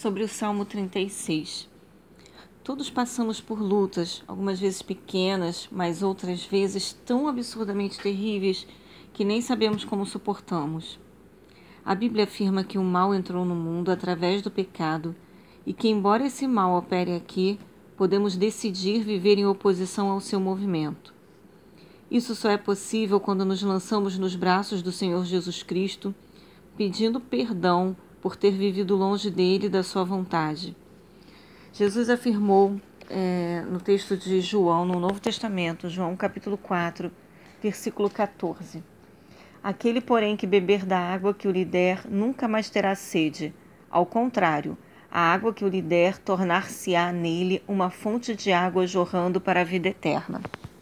sobre o Salmo 36. Todos passamos por lutas, algumas vezes pequenas, mas outras vezes tão absurdamente terríveis que nem sabemos como suportamos. A Bíblia afirma que o mal entrou no mundo através do pecado e que, embora esse mal opere aqui, podemos decidir viver em oposição ao seu movimento. Isso só é possível quando nos lançamos nos braços do Senhor Jesus Cristo, pedindo perdão por ter vivido longe dele e da sua vontade. Jesus afirmou no texto de João, no Novo Testamento, João capítulo 4, versículo 14. Aquele, porém, que beber da água que eu lhe der, nunca mais terá sede. Ao contrário, a água que eu lhe der tornar-se-á nele uma fonte de água jorrando para a vida eterna.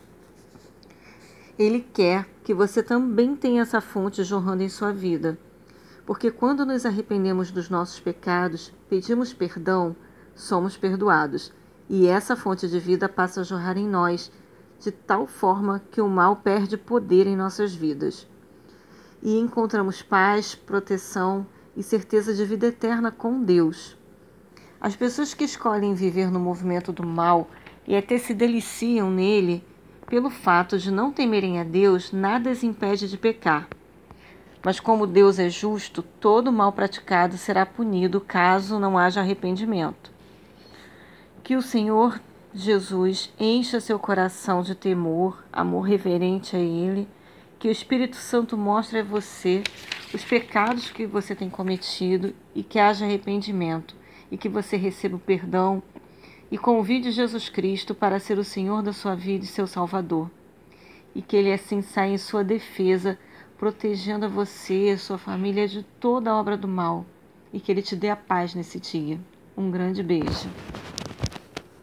Ele quer que você também tenha essa fonte jorrando em sua vida. Porque quando nos arrependemos dos nossos pecados, pedimos perdão, somos perdoados, e essa fonte de vida passa a jorrar em nós, de tal forma que o mal perde poder em nossas vidas. E encontramos paz, proteção e certeza de vida eterna com Deus. As pessoas que escolhem viver no movimento do mal e até se deliciam nele, pelo fato de não temerem a Deus, nada as impede de pecar. Mas como Deus é justo, todo mal praticado será punido caso não haja arrependimento. Que o Senhor Jesus encha seu coração de temor, amor reverente a Ele, que o Espírito Santo mostre a você os pecados que você tem cometido e que haja arrependimento, e que você receba o perdão e convide Jesus Cristo para ser o Senhor da sua vida e seu Salvador. E que Ele assim saia em sua defesa, protegendo a você e a sua família de toda a obra do mal, e que Ele te dê a paz nesse dia. Um grande beijo.